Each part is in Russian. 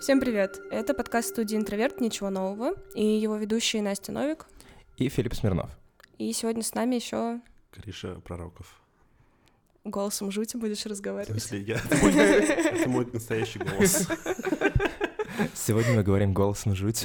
Всем привет! Это подкаст студии «Интроверт. Ничего нового» и его ведущие Настя Новик и Филипп Смирнов. И сегодня с нами еще Гриша Пророков. Голосом жути будешь разговаривать. В смысле, это мой настоящий голос. Сегодня мы говорим голосом жути.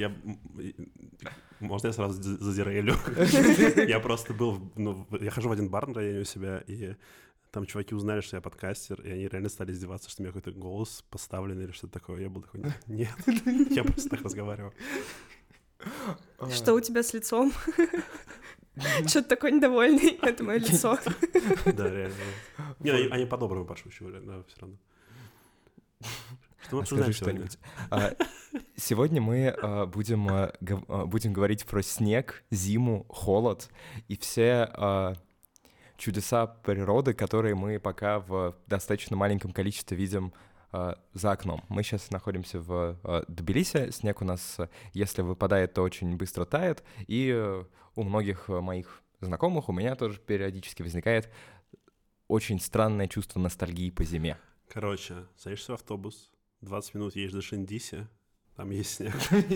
Можно я сразу задерелю? Я просто был... Я хожу в один бар на районе у себя, и там чуваки узнали, что я подкастер, и они реально стали издеваться, что у меня какой-то голос поставленный или что-то такое. Я был такой, нет, я просто так разговариваю. Что у тебя с лицом? Что-то такой недовольный, это мое лицо. Да, реально. Не, они по-доброму подшучивали, да, все равно. Что мы обсуждаем сегодня? Сегодня мы будем говорить про снег, зиму, холод и все чудеса природы, которые мы пока в достаточно маленьком количестве видим за окном. Мы сейчас находимся в Тбилиси. Снег у нас, если выпадает, то очень быстро тает. И у многих моих знакомых, у меня тоже периодически возникает очень странное чувство ностальгии по зиме. Короче, садишься в автобус, 20 минут едешь до Шиндиси, там есть снег.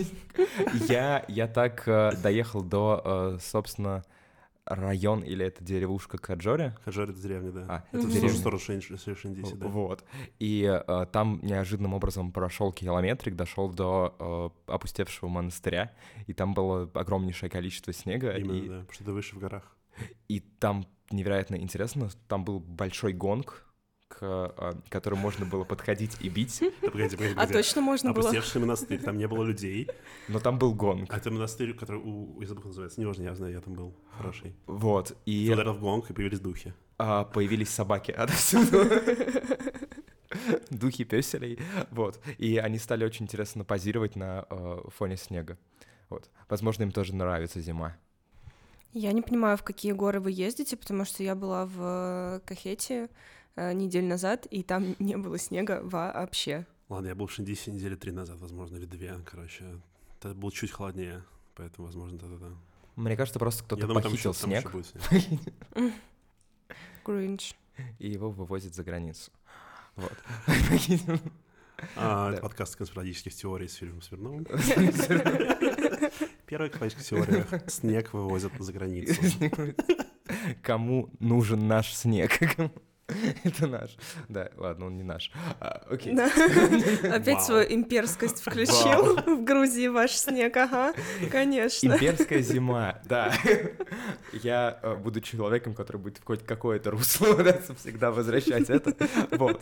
Я так доехал до, собственно, район или это деревушка Каджори? Каджори — это деревня, да. Это в ту же сторону Шиндиси, да. Вот. И там неожиданным образом прошел километрик, дошел до опустевшего монастыря, и там было огромнейшее количество снега. Именно, да, потому что ты выше в горах. И там невероятно интересно, там был большой гонг, к которому можно было подходить и бить. Да, погоди. А точно можно было? Опустевший монастырь, там не было людей. Но там был гонг. А это монастырь, который я забыл, как называется. Неважно, я знаю, я там был. Хороший. Вот, и... Ударил в гонг, и появились духи. Появились собаки отовсюду. Духи пёселей. Вот. И они стали очень интересно позировать на фоне снега. Вот. Возможно, им тоже нравится зима. Я не понимаю, в какие горы вы ездите, потому что я была в Кахете неделю назад, и там не было снега вообще. Ладно, я был в Шиндиси недели 3 назад, возможно, или 2, короче. Это было чуть холоднее, поэтому, возможно, да. Мне кажется, просто кто-то похитил снег. Гринч. И его вывозят за границу. Вот. Это подкаст конспирологических теорий с Филиппом Смирновым. Первая конспирологическая теория. Снег вывозят за границу. Кому нужен наш снег? Это наш. Да, ладно, он не наш. Окей. Опять свою имперскость включил. В Грузии ваш снег, ага, конечно. Имперская зима, да. Я буду человеком, который будет в хоть какое-то русло всегда возвращать это. Вот.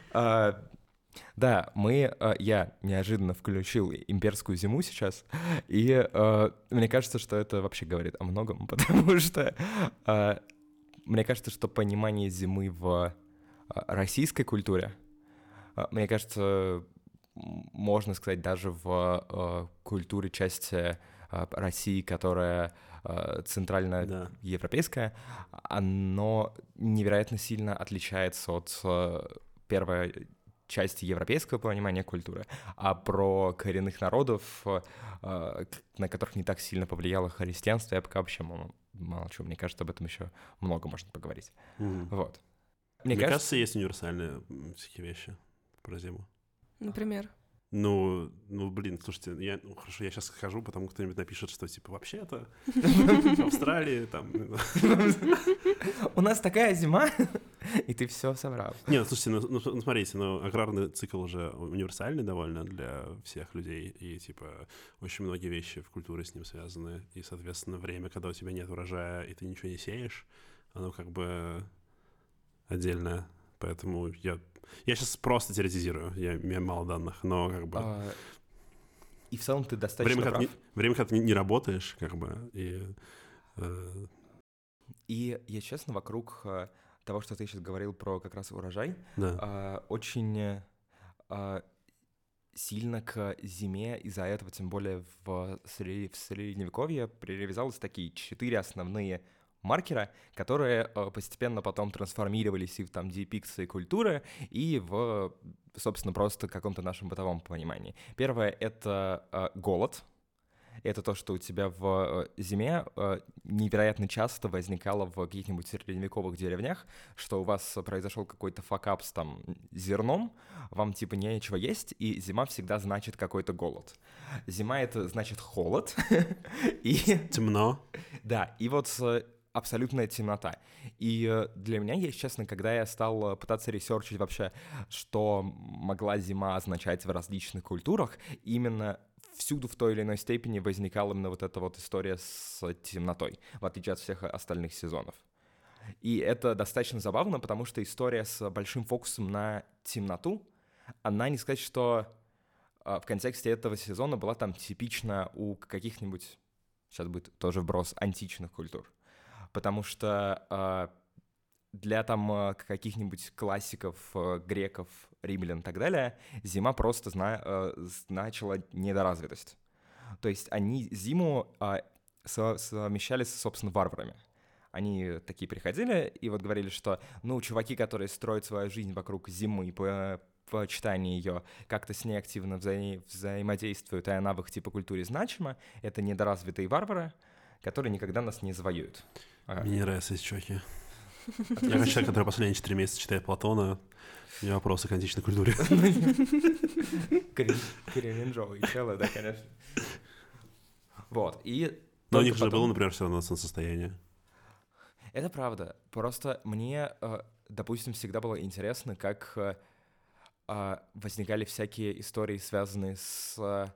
Да, я неожиданно включил имперскую зиму сейчас, и мне кажется, что это вообще говорит о многом, потому что мне кажется, что понимание зимы в российской культуре, мне кажется, можно сказать, даже в культуре части России, которая центральноевропейская, оно невероятно сильно отличается от первой части европейского понимания культуры, а про коренных народов, на которых не так сильно повлияло христианство, я пока вообще молчу. Мне кажется, об этом еще много можно поговорить. Вот. Мне кажется, есть универсальные всякие вещи про зиму. Например? Блин, слушайте, хорошо, я сейчас скажу, потом кто-нибудь напишет, что, типа, вообще-то в Австралии там... У нас такая зима, и ты все соврал. Нет, слушайте, смотрите, аграрный цикл уже универсальный довольно для всех людей, и, типа, очень многие вещи в культуре с ним связаны, и, соответственно, время, когда у тебя нет урожая, и ты ничего не сеешь, оно как бы отдельное. Поэтому я сейчас просто теоретизирую, у меня мало данных, но как бы... И в целом ты достаточно прав. Время, когда ты не работаешь, как бы, И я честно, вокруг того, что ты сейчас говорил про как раз урожай, да. Очень сильно к зиме из-за этого, тем более в Средневековье, привязалось такие 4 основные маркера, которые постепенно потом трансформировались и в там депикции культуры, и в, собственно, просто каком-то нашем бытовом понимании. Первое — это голод. это то, что у тебя в зиме невероятно часто возникало в каких-нибудь средневековых деревнях, что у вас произошел какой-то факап с там зерном, вам типа нечего есть, и зима всегда значит какой-то голод. Зима — это значит холод. И... Темно. Да, и вот абсолютная темнота. И для меня, если честно, когда я стал пытаться ресерчить вообще, что могла зима означать в различных культурах, именно всюду в той или иной степени возникала именно вот эта вот история с темнотой, в отличие от всех остальных сезонов. И это достаточно забавно, потому что история с большим фокусом на темноту, она, не сказать, что в контексте этого сезона была там типична у каких-нибудь, сейчас будет тоже вброс, античных культур. Потому что для там каких-нибудь классиков, греков, римлян и так далее, зима просто значила недоразвитость. То есть они зиму совмещали с, собственно, варварами. Они такие приходили и вот говорили, что, ну, чуваки, которые строят свою жизнь вокруг зимы, по почитании ее, как-то с ней активно взаимодействуют, и она в их типа культуре значима, это недоразвитые варвары, которые никогда нас не завоюют. Мне нравятся эти чуваки. Я как человек, который последние 4 месяца читает Платона, у меня вопросы к античной культуре. Кринжовые челы, да, конечно. Вот, и... Но у них же было, например, все равно солнцестояние. Это правда. Просто мне, допустим, всегда было интересно, как возникали всякие истории, связанные с...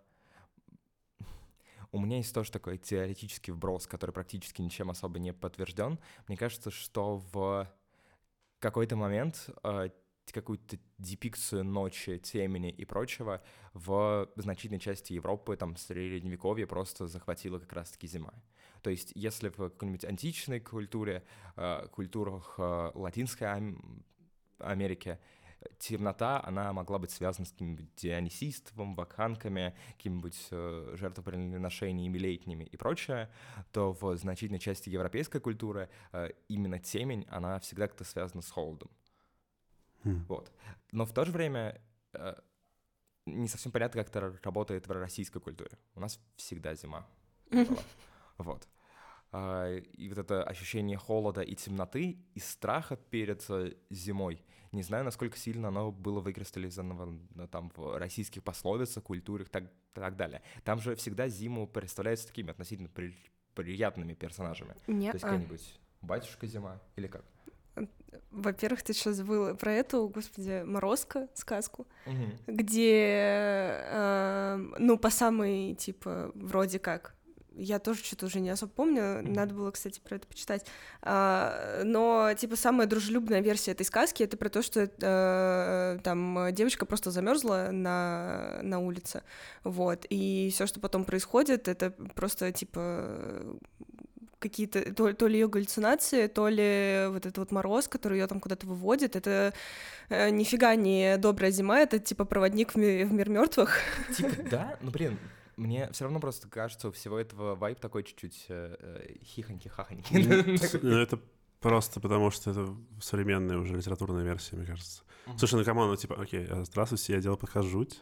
У меня есть тоже такой теоретический вброс, который практически ничем особо не подтвержден. Мне кажется, что в какой-то момент какую-то депикцию ночи, темени и прочего в значительной части Европы, там, средневековье просто захватила как раз-таки зима. То есть если в какой-нибудь античной культуре, культурах Латинской Америки, темнота, она могла быть связана с каким-нибудь дионисийством, вакханками, какими-нибудь жертвоприношениями летними и прочее, то в значительной части европейской культуры именно темень, она всегда как-то связана с холодом. Вот. Но в то же время не совсем понятно, как это работает в российской культуре. У нас всегда зима. Вот. И вот это ощущение холода и темноты, и страха перед зимой, не знаю, насколько сильно оно было выкристаллизовано там в российских пословицах, культуре и так далее. Там же всегда зиму представляются такими относительно приятными персонажами. То есть какой-нибудь батюшка зима или как? Во-первых, ты сейчас забыла про эту, господи, Морозко сказку, где, ну, по самой, типа, вроде как, я тоже что-то уже не особо помню, надо было, кстати, про это почитать, но, типа, самая дружелюбная версия этой сказки — это про то, что там девочка просто замерзла на улице, вот, и все, что потом происходит, это просто, типа... какие-то, то ли ее галлюцинации, то ли вот этот вот мороз, который ее там куда-то выводит, это нифига не добрая зима, это типа проводник в мир мертвых. Типа, да? Ну, блин, мне все равно просто кажется, у всего этого вайб такой чуть-чуть хихоньки-хахоньки. Ну, это просто потому, что это современная уже литературная версия, мне кажется. Слушай, ну, камон, ну, типа, окей, здравствуйте, я делал подкаст «Жуть».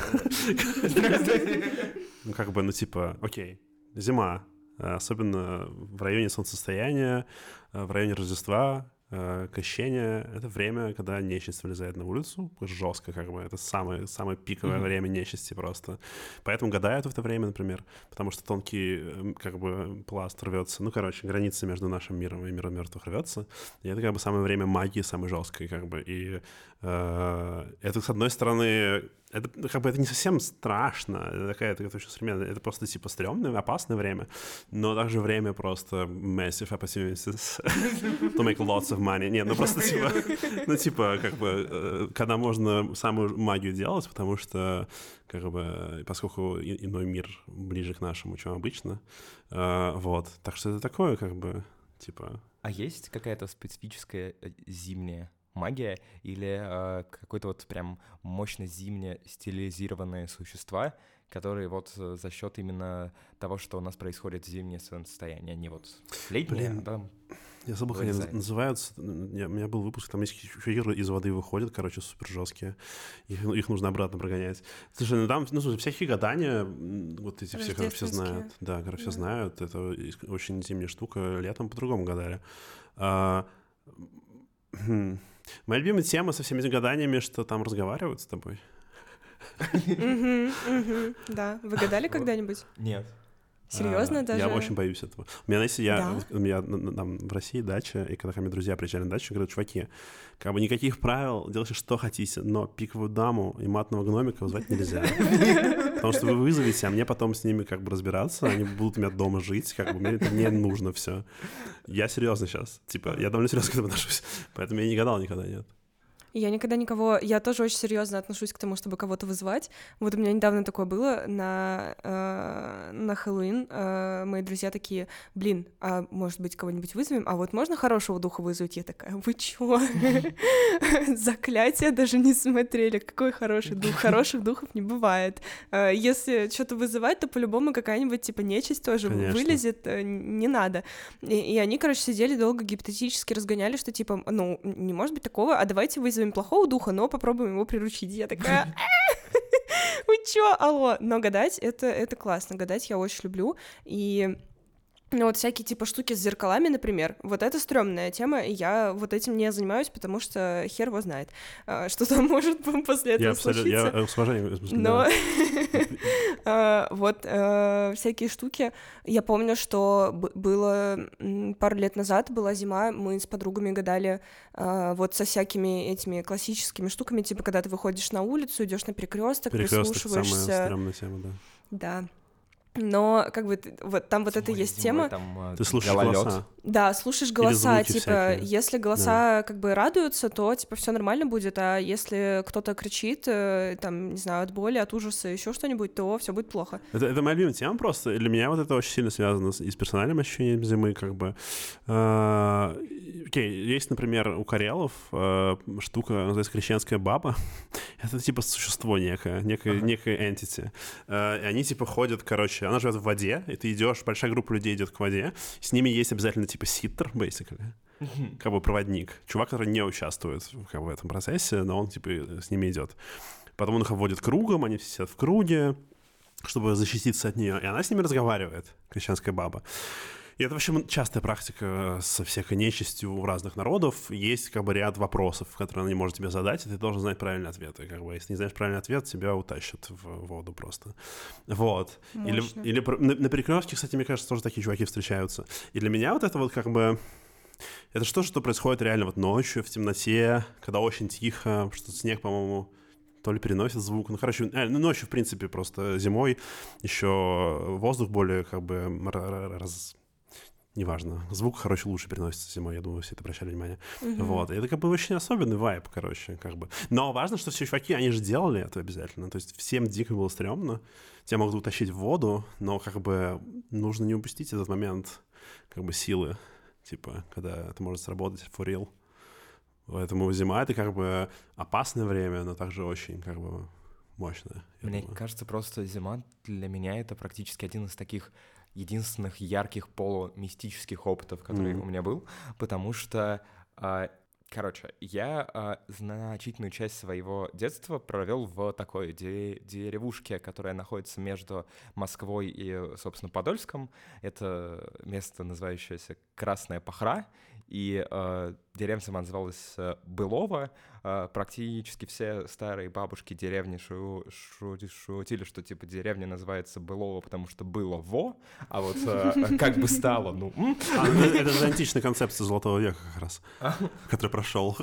Ну, как бы, ну, типа, окей, зима. Особенно в районе солнцестояния, в районе Рождества, Крещения. Это время, когда нечисть вылезает на улицу, жестко как бы. Это самое пиковое время нечисти просто. Поэтому гадают в это время, например, потому что тонкий как бы пласт рвется. Ну, короче, граница между нашим миром и миром мертвых рвется. И это как бы самое время магии, самой жесткой как бы. И это, с одной стороны... Это как бы это не совсем страшно, это очень современное, это просто типа стрёмное, опасное время, но также время просто massive opportunities to make lots of money. Нет, ну просто типа, ну типа как бы, когда можно самую магию делать, потому что как бы, поскольку иной мир ближе к нашему, чем обычно, вот, так что это такое как бы, типа... А есть какая-то специфическая зимняя магия или какое-то вот прям мощно зимне стилизированные существа, которые вот за счет именно того, что у нас происходит зимнее солнцестояние, они вот летние, Блин, да? Я забыл, как они называются. У меня был выпуск, там есть чуваки из воды выходят, короче, супер жесткие. Их нужно обратно прогонять. Слушай, ну там всякие гадания, вот эти все, которые все знают. Да, которые все знают. Это очень зимняя штука. Летом по-другому гадали. Моя любимая тема со всеми этими гаданиями, что там разговаривают с тобой. Да. Вы гадали когда-нибудь? Нет. Серьезно даже? Я очень боюсь этого. У меня, знаете, у меня там в России дача, и когда ко мне друзья приезжали на дачу, говорят, чуваки, как бы никаких правил, делайте что хотите, но пиковую даму и матного гномика вызвать нельзя. Потому что вы вызовете, а мне потом с ними как бы разбираться, они будут у меня дома жить, как бы мне это не нужно все. Я серьезно сейчас, типа, я довольно серьезно к этому отношусь, поэтому я не гадал никогда, нет. Я никогда никого... Я тоже очень серьезно отношусь к тому, чтобы кого-то вызвать. Вот у меня недавно такое было на Хэллоуин. Мои друзья такие, блин, а может быть, кого-нибудь вызовем? А вот можно хорошего духа вызвать? Я такая, вы чё? Заклятие даже не смотрели. Какой хороший дух? Хороших духов не бывает. Если что-то вызывать, то по-любому какая-нибудь типа нечисть тоже вылезет. Не надо. И они, короче, сидели долго гипотетически разгоняли, что типа, ну, не может быть такого, а давайте вызовем плохого духа, но попробуем его приручить. Я такая, вы чё, алло? Но гадать, это классно, гадать я очень люблю, и... Ну, вот всякие типа штуки с зеркалами, например, вот это стрёмная тема, и я вот этим не занимаюсь, потому что хер его знает, что там может после этого случиться. Я с уважением. Но вот всякие штуки. Я помню, что было пару лет назад, была зима, мы с подругами гадали вот со всякими этими классическими штуками, типа когда ты выходишь на улицу, идешь на перекресток, прислушиваешься. Самая стрёмная тема, да. Да. Но как бы вот там вот это есть тема. Ты слушаешь голоса. Да, слушаешь голоса, типа, всякие. если голоса как бы радуются, то типа все нормально будет, а если кто-то кричит, там, не знаю, от боли, от ужаса, еще что-нибудь, то все будет плохо. Это моя любимая тема просто. Для меня вот это очень сильно связано и с персональным ощущением зимы, как бы. Окей, есть, например, у карелов штука, называется крещенская баба. Это типа существо некое entity. И они типа ходят, короче, она живет в воде, и ты идешь, большая группа людей идет к воде, с ними есть обязательно типа ситтер, basically, как бы проводник. Чувак, который не участвует как бы, в этом процессе, но он типа с ними идет. Потом он их обводит кругом, они все сидят в круге, чтобы защититься от нее, и она с ними разговаривает, крещенская баба. И это вообще частая практика со всякой нечистью у разных народов. Есть как бы ряд вопросов, которые она не может тебе задать, и ты должен знать правильный ответ. И как бы если не знаешь правильный ответ, тебя утащат в воду просто. Вот. Или на перекрестке, кстати, мне кажется, тоже такие чуваки встречаются. И для меня вот это вот как бы... Это что происходит реально вот ночью, в темноте, когда очень тихо, что снег, по-моему... то ли переносит звук. Ну, короче, ночью, в принципе, просто зимой еще воздух более как бы неважно. Звук, короче, лучше переносится зимой. Я думаю, все это обращали внимание. Вот. И это как бы очень особенный вайб, короче, как бы. Но важно, что все чуваки, они же делали это обязательно. То есть всем дико было стрёмно. Тебя могут утащить в воду, но как бы нужно не упустить этот момент как бы силы. Типа, когда это может сработать for real. Поэтому зима — это как бы опасное время, но также очень как бы мощное. Мне кажется, просто зима для меня — это практически один из таких единственных ярких полумистических опытов, который у меня был, потому что, короче, я значительную часть своего детства провел в такой деревушке, которая находится между Москвой и, собственно, Подольском. Это место, называющееся Красная Пахра, и деревня сама называлась Былово. Практически все старые бабушки деревни шутили, что типа деревня называется Былово, потому что было во, а вот как бы стало, ну... Это же античная концепция Золотого века как раз, который прошел.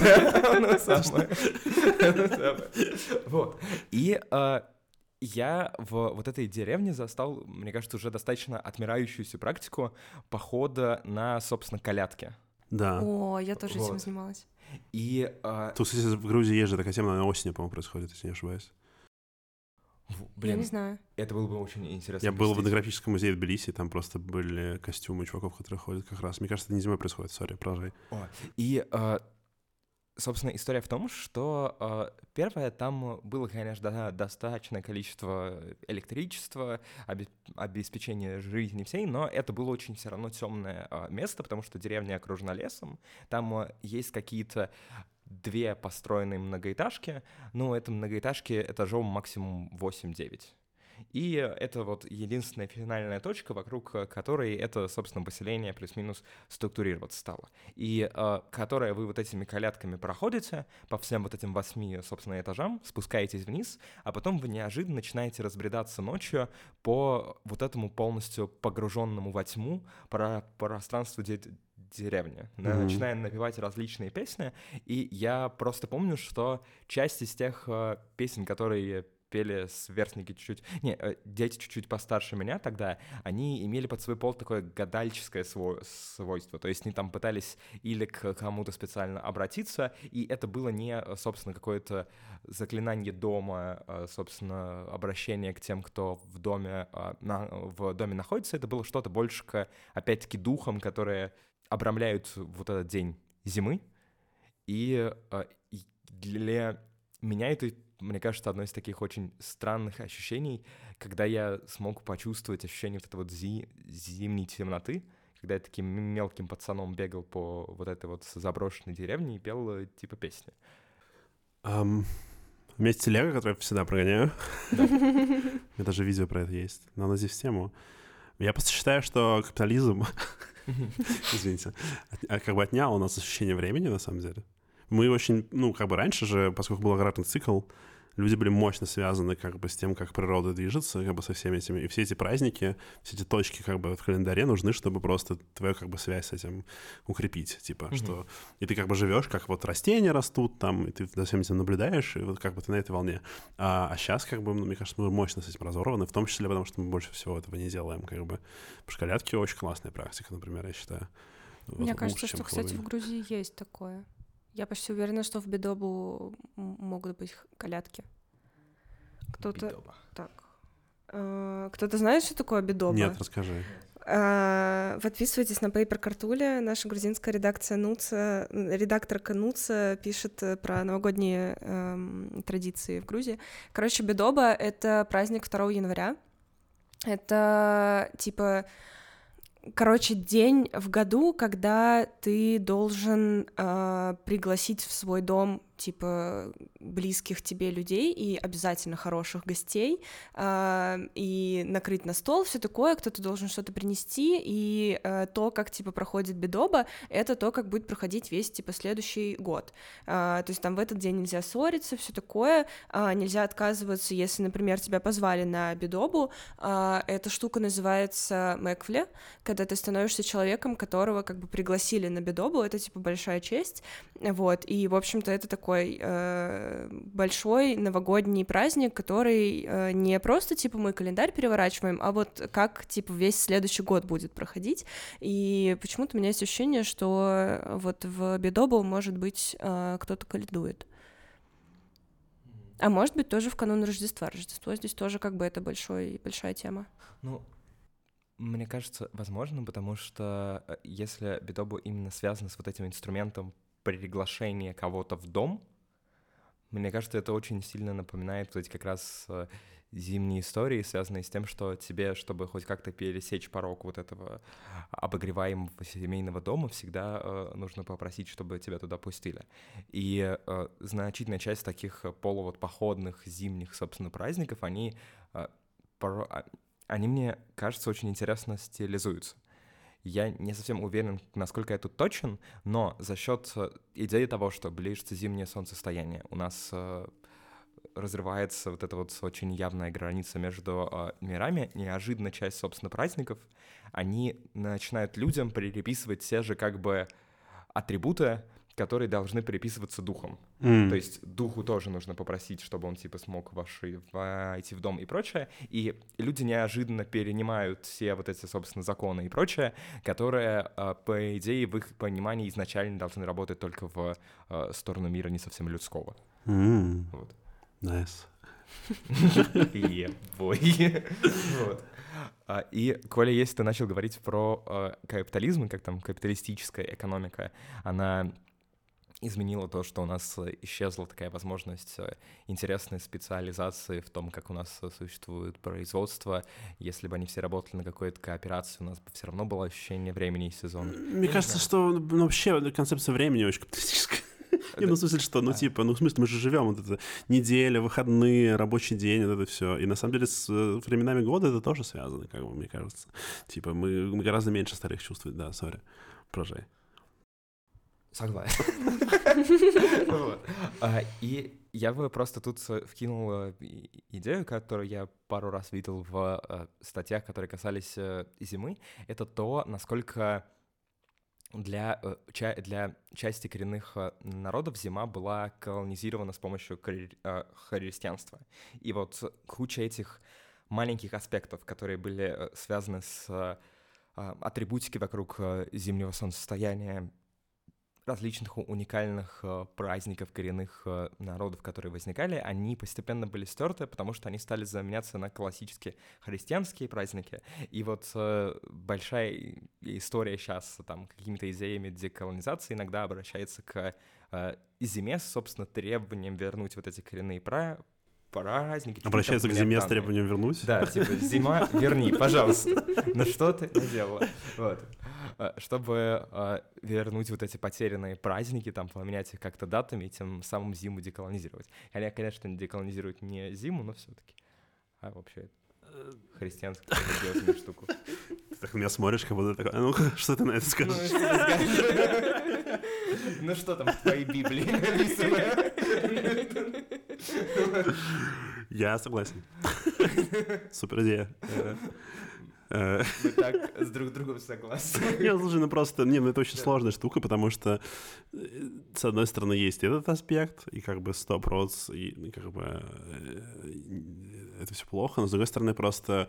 Вот. И я в вот этой деревне застал, мне кажется, уже достаточно отмирающуюся практику похода на, собственно, колядки. Да. О, я тоже этим занималась. И... Тут, кстати, в Грузии есть же такая тема, на осени, по-моему, происходит, если не ошибаюсь. Блин, я не знаю. Это было бы очень интересно. Я был в этнографическом музее в Тбилиси, там просто были костюмы чуваков, которые ходят как раз. Мне кажется, это не зимой происходит, сори, продолжай. И собственно, история в том, что первое, там было, конечно, достаточное количество электричества, обеспечения жизни всей, но это было очень все равно темное место, потому что деревня окружена лесом, там есть какие-то 2 построенные многоэтажки, ну, это многоэтажки этажом максимум 8-9. И это вот единственная финальная точка, вокруг которой это, собственно, поселение плюс-минус структурироваться стало. И которое вы вот этими колядками проходите по всем вот этим 8, собственно, этажам, спускаетесь вниз, а потом вы неожиданно начинаете разбредаться ночью по вот этому полностью погруженному во тьму пространству деревни, начинаем напевать различные песни, и я просто помню, что часть из тех песен, которые пели сверстники чуть-чуть, дети чуть-чуть постарше меня тогда, они имели под свой пол такое гадальческое свойство, то есть они там пытались или к кому-то специально обратиться, и это было не, собственно, какое-то заклинание дома, собственно, обращение к тем, кто в доме находится, это было что-то больше к, опять-таки, духам, которые обрамляют вот этот день зимы, и для меня это, мне кажется, одно из таких очень странных ощущений, когда я смог почувствовать ощущение вот этой вот зимней темноты, когда я таким мелким пацаном бегал по вот этой вот заброшенной деревне и пел типа песни. У меня есть телега, которую я всегда прогоняю. У меня даже видео про это есть, но она здесь в тему. Я просто считаю, что капитализм, извините, как бы отнял у нас ощущение времени, на самом деле. Мы очень, раньше же, поскольку был аграрный цикл, люди были мощно связаны как бы с тем, как природа движется, как бы со всеми этими, и все эти праздники, все эти точки как бы в календаре нужны, чтобы просто твою как бы связь с этим укрепить, типа, что и ты как бы живешь, как вот растения растут там, и ты за всем этим наблюдаешь, и вот как бы ты на этой волне. А сейчас как бы, мне кажется, мы мощно с этим разорваны, в том числе потому, что мы больше всего этого не делаем, как бы. Потому что колядки очень классная практика, например, я считаю. Мне кажется, что, кстати, в Грузии есть такое. Я почти уверена, что в Бедобу могут быть колядки. Кто-то... Бедоба. Так. Кто-то знает, что такое Бедоба? Нет, расскажи. Подписывайтесь на Paper Cartool. Наша грузинская редакторка Нуца пишет про новогодние традиции в Грузии. Короче, Бедоба — это праздник 2 января. Это типа... день в году, когда ты должен пригласить в свой дом, типа, близких тебе людей и обязательно хороших гостей, и накрыть на стол, все такое, кто-то должен что-то принести, и то, как, типа, проходит Бедоба, это то, как будет проходить весь, типа, следующий год. То есть там в этот день нельзя ссориться, все такое, нельзя отказываться, если, например, тебя позвали на Бедобу, эта штука называется мэквле, когда ты становишься человеком, которого, как бы, пригласили на Бедобу, это, типа, большая честь, вот, и, в общем-то, это такой большой новогодний праздник, который не просто, типа, мы календарь переворачиваем, а вот как, типа, весь следующий год будет проходить, и почему-то у меня есть ощущение, что вот в Бедобу, может быть, кто-то калядует. А может быть, тоже в канун Рождества. Рождество здесь тоже, как бы, это большая тема. Ну, мне кажется, возможно, потому что если Бедобу именно связано с вот этим инструментом приглашение кого-то в дом, мне кажется, это очень сильно напоминает вот эти как раз зимние истории, связанные с тем, что тебе, чтобы хоть как-то пересечь порог вот этого обогреваемого семейного дома, всегда нужно попросить, чтобы тебя туда пустили. И значительная часть таких полуводпоходных зимних, собственно, праздников, они мне кажется, очень интересно стилизуются. Я не совсем уверен, насколько я тут точен, но за счет идеи того, что ближется зимнее солнцестояние, у нас разрывается вот эта вот очень явная граница между мирами, неожиданно часть, собственно, праздников, они начинают людям приписывать те же как бы атрибуты, которые должны приписываться духом. То есть духу тоже нужно попросить, чтобы он типа смог войти в дом и прочее. И люди неожиданно перенимают все вот эти, собственно, законы и прочее, которые, по идее, в их понимании изначально должны работать только в сторону мира не совсем людского. Вот. Nice. Вот. И, Коля, если ты начал говорить про капитализм, как там капиталистическая экономика, она изменило то, что у нас исчезла такая возможность интересной специализации в том, как у нас существует производство. Если бы они все работали на какой-то кооперации, у нас бы все равно было ощущение времени и сезона. Мне кажется, что вообще концепция времени очень капиталистическая. Не, ну, в смысле, что, в смысле, мы же живем, вот это неделя, выходные, рабочий день, вот это все. И на самом деле с временами года это тоже связано, как бы, мне кажется. Типа, мы гораздо меньше старых чувствуем, да, сори, продолжай. Согласен. И я бы просто тут вкинул идею, которую я пару раз видел в статьях, которые касались зимы. Это то, насколько для части коренных народов зима была колонизирована с помощью христианства. И вот куча этих маленьких аспектов, которые были связаны с атрибутикой вокруг зимнего солнцестояния, различных уникальных праздников коренных народов, которые возникали, они постепенно были стерты, потому что они стали заменяться на классические христианские праздники. И вот большая история сейчас там какими-то идеями деколонизации иногда обращается к зиме с, собственно, требованием вернуть вот эти коренные праздники. Обращается к зиме с требованием вернуть? Да, типа, зима, верни, пожалуйста. Ну что ты наделала? Вот. Чтобы вернуть вот эти потерянные праздники, там, поменять их как-то датами и тем самым зиму деколонизировать. Конечно, деколонизируют не зиму, но все-таки. А вообще христианскую религиозную штуку. Ты так на меня смотришь, как будто такой, ну что ты на это скажешь? Ну что там в твоей Библии написано? Я согласен. Супер идея. Мы так с друг другом согласны. Нет, слушай, ну просто, это очень сложная штука, потому что, с одной стороны, есть этот аспект, и как бы 100%, и как бы это все плохо, но с другой стороны, просто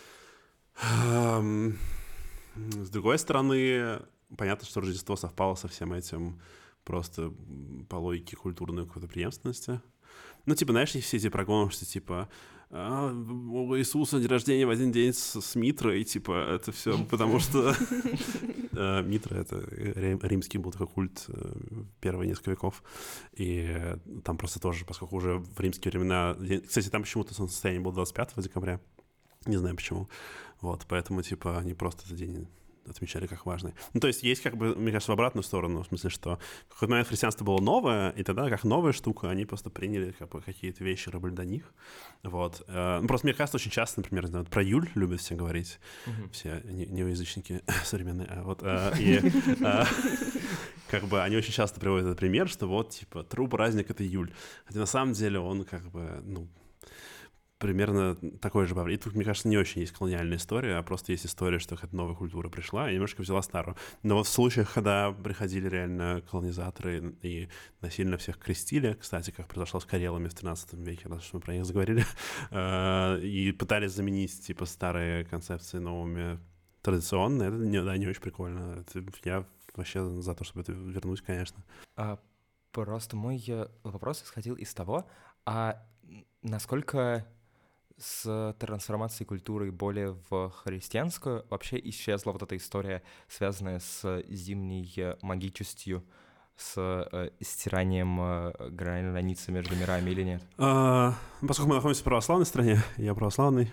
с другой стороны, понятно, что Рождество совпало со всем этим просто по логике культурной какой-то преемственности. Ну, типа, знаешь, все эти прогоны, что, типа, у Иисуса день рождения в один день с Митрой, типа, это все потому что Митра — это римский был такой культ первые несколько веков, и там просто тоже, поскольку уже в римские времена... Кстати, там почему-то солнцестояние было 25 декабря, не знаю почему, вот, поэтому, типа, они просто этот день отмечали как важный. Ну, то есть есть, как бы, мне кажется, в обратную сторону, в смысле, что в какой-то момент христианство было новое, и тогда, как новая штука, они просто приняли, как бы, какие-то вещи, были до них. Вот. Ну, просто мне кажется, очень часто, например, не знаю, про Юль любят все говорить, все неоязычники современные. Вот, и как бы они очень часто приводят этот пример, что вот, типа, true праздник — это июль. Хотя на самом деле он, как бы, ну, примерно такой же павлин. И тут, мне кажется, не очень есть колониальная история, а просто есть история, что какая-то новая культура пришла и немножко взяла старую. Но вот в случаях, когда приходили реально колонизаторы и насильно всех крестили, кстати, как произошло с Карелами в 13 веке, раз мы про них заговорили, и пытались заменить, типа, старые концепции новыми традиционные, это не очень прикольно. Я вообще за то, чтобы это вернуть, конечно. Просто мой вопрос исходил из того, насколько с трансформацией культуры более в христианскую вообще исчезла вот эта история, связанная с зимней магичестью, с стиранием границы между мирами, или нет? Поскольку мы находимся в православной стране, я православный.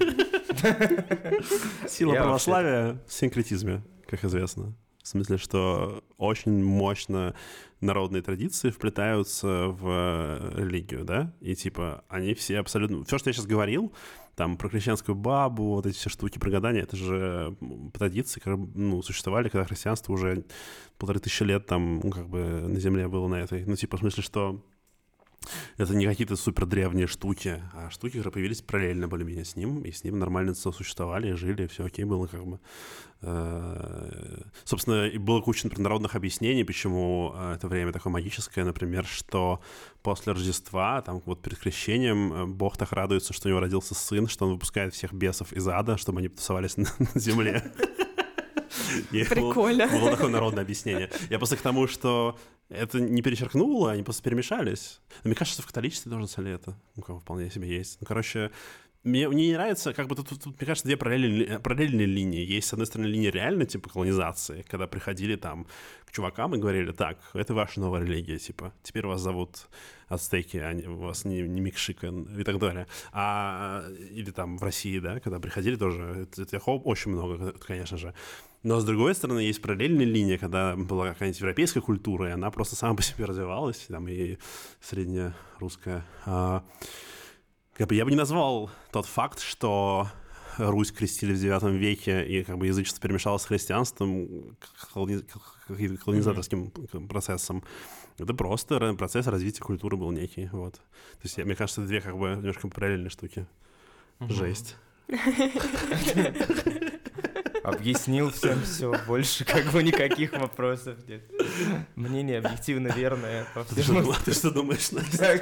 Сила православия в синкретизме, как известно. В смысле, что очень мощно народные традиции вплетаются в религию, да? И типа они все абсолютно... Все, что я сейчас говорил, там про крещенскую бабу, вот эти все штуки про гадания, это же традиции, которые, ну, существовали, когда христианство уже 1500 лет там, ну, как бы на земле было на этой... Ну, типа в смысле, что это не какие-то супер древние штуки, а штуки, которые появились параллельно более-менее с ним, и с ним нормально сосуществовали, жили, и все окей было, как бы. Собственно, и было куча, например, народных объяснений, почему это время такое магическое, например, что после Рождества, там вот перед крещением, Бог так радуется, что у него родился сын, что он выпускает всех бесов из ада, чтобы они тусовались на земле. Прикольно. Было такое народное объяснение. Я просто к тому, что это не перечеркнуло, они просто перемешались. Но мне кажется, что в католичестве тоже ли это. Ну, как вполне себе есть. Ну, короче, мне не нравится, как бы тут, мне кажется, две параллельные линии. Есть, с одной стороны, линия реально, типа, колонизации, когда приходили там к чувакам и говорили: так, это ваша новая религия, типа, теперь вас зовут ацтеки, а у вас не Микшика и так далее. Или там в России, да, когда приходили тоже, это очень много, конечно же. Но, с другой стороны, есть параллельная линия, когда была какая-нибудь европейская культура, и она просто сама по себе развивалась, там и среднерусская. Как бы я бы не назвал тот факт, что Русь крестили в IX веке, и как бы язычество перемешалось с христианством, колонизаторским процессом. Это просто процесс развития культуры был некий. Вот. То есть, мне кажется, это две как бы немножко параллельные штуки. Жесть. Объяснил всем все, больше как бы никаких вопросов нет. Мнение объективно верное. Ты что думаешь, Настя?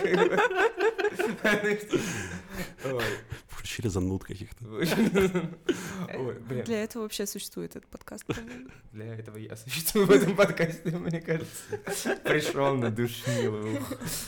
Включили зануд каких-то. Для этого вообще существует этот подкаст. Для этого я существую в этом подкасте, мне кажется. Пришел, надушнил.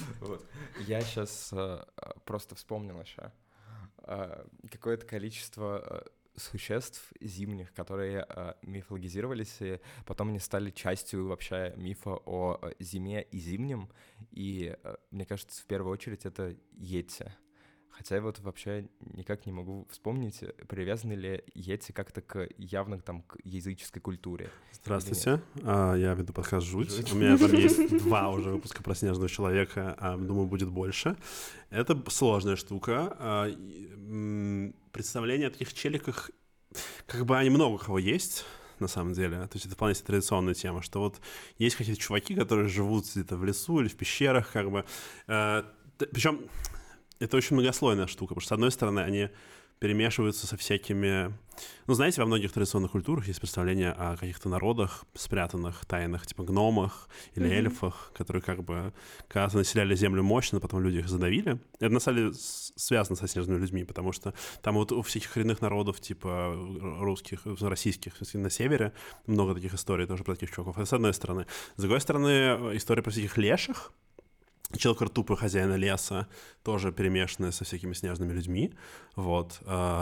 Я сейчас просто вспомнил еще какое-то количество существ зимних, которые мифологизировались, и потом они стали частью вообще мифа о зиме и зимнем, и мне кажется, в первую очередь это йети. Хотя я вот вообще никак не могу вспомнить, привязаны ли йети как-то явно там к языческой культуре. Здравствуйте, я веду подкаст «Жуть». У меня там есть 2 уже выпуска про «Снежного человека», думаю, будет больше. Это сложная штука. Представление о таких челиках, как бы они много у кого есть, на самом деле. То есть это вполне себе традиционная тема, что вот есть какие-то чуваки, которые живут где-то в лесу или в пещерах, как бы. Причем это очень многослойная штука, потому что, с одной стороны, они перемешиваются со всякими... Ну, знаете, во многих традиционных культурах есть представление о каких-то народах, спрятанных, тайных, типа гномах или эльфах, которые как бы когда-то населяли землю мощно, потом люди их задавили. Это, на самом деле, связано со снежными людьми, потому что там вот у всяких коренных народов, типа русских, российских, на севере, много таких историй тоже про таких чуваков. Это с одной стороны. С другой стороны, история про всяких леших, Человек тупый, хозяина леса, тоже перемешанная со всякими снежными людьми, вот,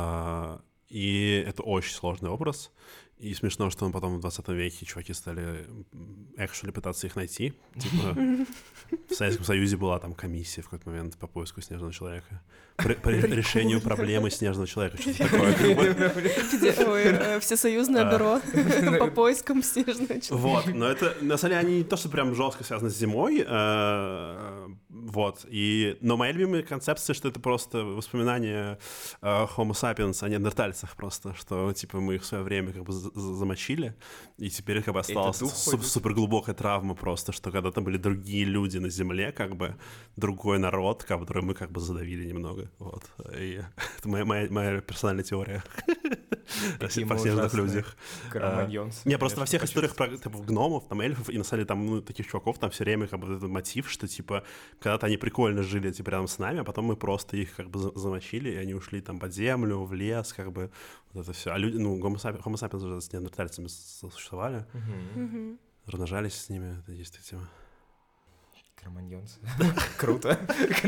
и это очень сложный образ, и смешно, что потом в 20 веке чуваки стали actually пытаться их найти, типа в Советском Союзе была там комиссия в какой-то момент по поиску снежного человека, по решению проблемы снежного человека, что-то такое. Всесоюзное бюро по поискам снежного человека. Вот, но это, на самом деле, они не то, что прям жестко связаны с зимой, вот, но моя любимая концепция, что это просто воспоминания Homo sapiens о неандертальцах просто, что, типа, мы их в свое время как бы замочили, и теперь как бы осталась суперглубокая травма просто, что когда-то были другие люди на земле, как бы, другой народ, который мы как бы задавили немного, вот, и это моя персональная теория о снежных людях. Не, просто во всех историях про гномов, там, эльфов, и на самом деле там, таких чуваков, там все время как бы этот мотив, что, типа, когда-то они прикольно жили, типа, рядом с нами, а потом мы просто их как бы замочили, и они ушли там под землю, в лес, как бы, вот это все. А люди, ну, Homo sapiens уже с неандертальцами существовали, размножались с ними, это есть эта тема. Кроманьонцы. Круто.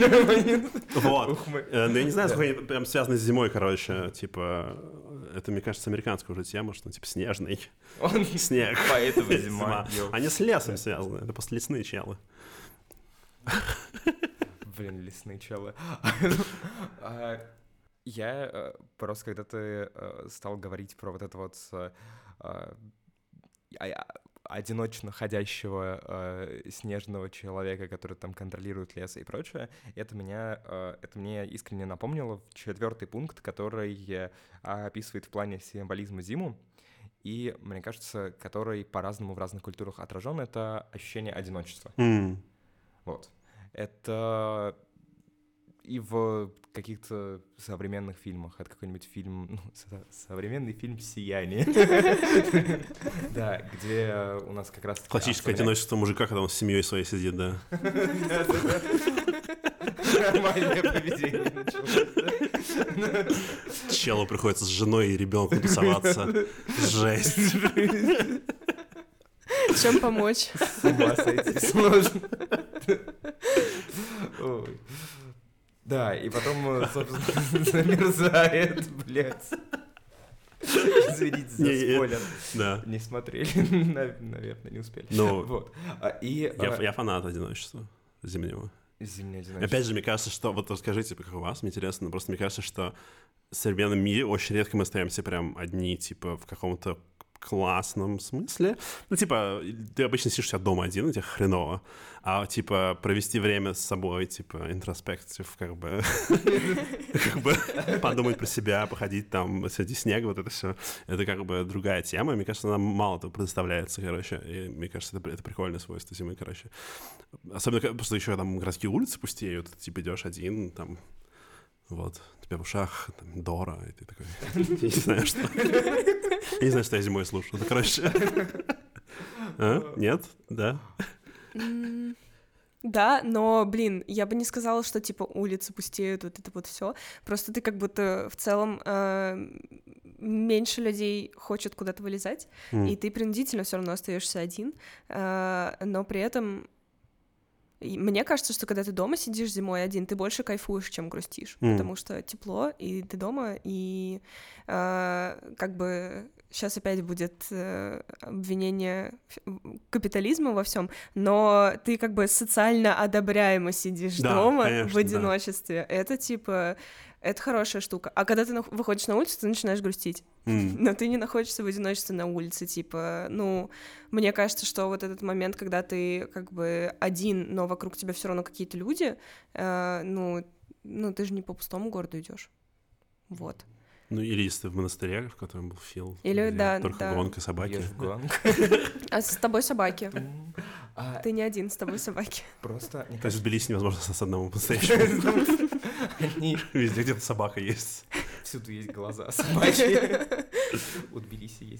Вот. Но я не знаю, сколько они прям связаны с зимой, короче, типа, это, мне кажется, американская уже тема, что он, типа, снежный. Он снег. Поэтому зима. Они с лесом связаны, это просто лесные челы. Блин, лесные челы. Я просто, когда ты стал говорить про вот это вот одиночно ходящего снежного человека, который там контролирует лес и прочее, это мне искренне напомнило 4-й пункт, который описывает в плане символизма зиму, и, мне кажется, который по-разному в разных культурах отражен, это ощущение одиночества. Вот. Это и в каких-то современных фильмах. Это какой-нибудь фильм, современный фильм «Сияние». Да, где у нас как раз... Классическое одиночество мужика, когда он с семьей своей сидит, да. Нормальное поведение началось. Челу приходится с женой и ребенком тусоваться. Жесть. Чем помочь? С ума сойти сложно. Да, и потом, собственно, замерзает, блядь. Извините за спойлер. Да. Не смотрели, наверное, не успели. Вот. И я фанат одиночества зимнего. Зимнее одиночество. Опять же, мне кажется, что... Вот расскажите, как у вас, мне интересно, просто мне кажется, что в современном мире очень редко мы остаемся прям одни, типа, в каком-то классном смысле. Ну, типа, ты обычно сидишь у себя дома один, и тебе хреново. А, типа, провести время с собой, типа, интроспектив, как бы подумать про себя, походить там среди снега, вот это все. Это как бы другая тема. Мне кажется, нам мало этого предоставляется, короче. И мне кажется, это прикольное свойство зимы, короче. Особенно, потому что еще там городские улицы пустеют, ты, типа, идешь один, там, вот, у тебя в ушах там, Дора, и ты такой, я не знаю, что. Я не знаю, что я зимой слушаю. Ну, короче. Нет? Да? Да, но, блин, я бы не сказала, что, типа, улицы пустеют, вот это вот все. Просто ты как будто в целом меньше людей хочет куда-то вылезать, и ты принудительно все равно остаешься один, но при этом мне кажется, что когда ты дома сидишь зимой один, ты больше кайфуешь, чем грустишь, потому что тепло, и ты дома, и как бы сейчас опять будет обвинение капитализма во всем, но ты как бы социально одобряемо сидишь дома, конечно, в одиночестве. Да. Это типа... Это хорошая штука. А когда ты выходишь на улицу, ты начинаешь грустить. Но ты не находишься в одиночестве на улице, типа, ну, мне кажется, что вот этот момент, когда ты как бы один, но вокруг тебя все равно какие-то люди, ну, ты же не по пустому городу идешь. Вот. Ну, или если ты в монастыре, в котором был Фил. Или, да, только гонка собаки. А с тобой собаки. Ты не один, с тобой собаки. Просто... То есть в Тбилиси невозможно с одному по-настоящему. Везде где-то собака есть. Всюду есть глаза собачьи. У Тбилиси есть.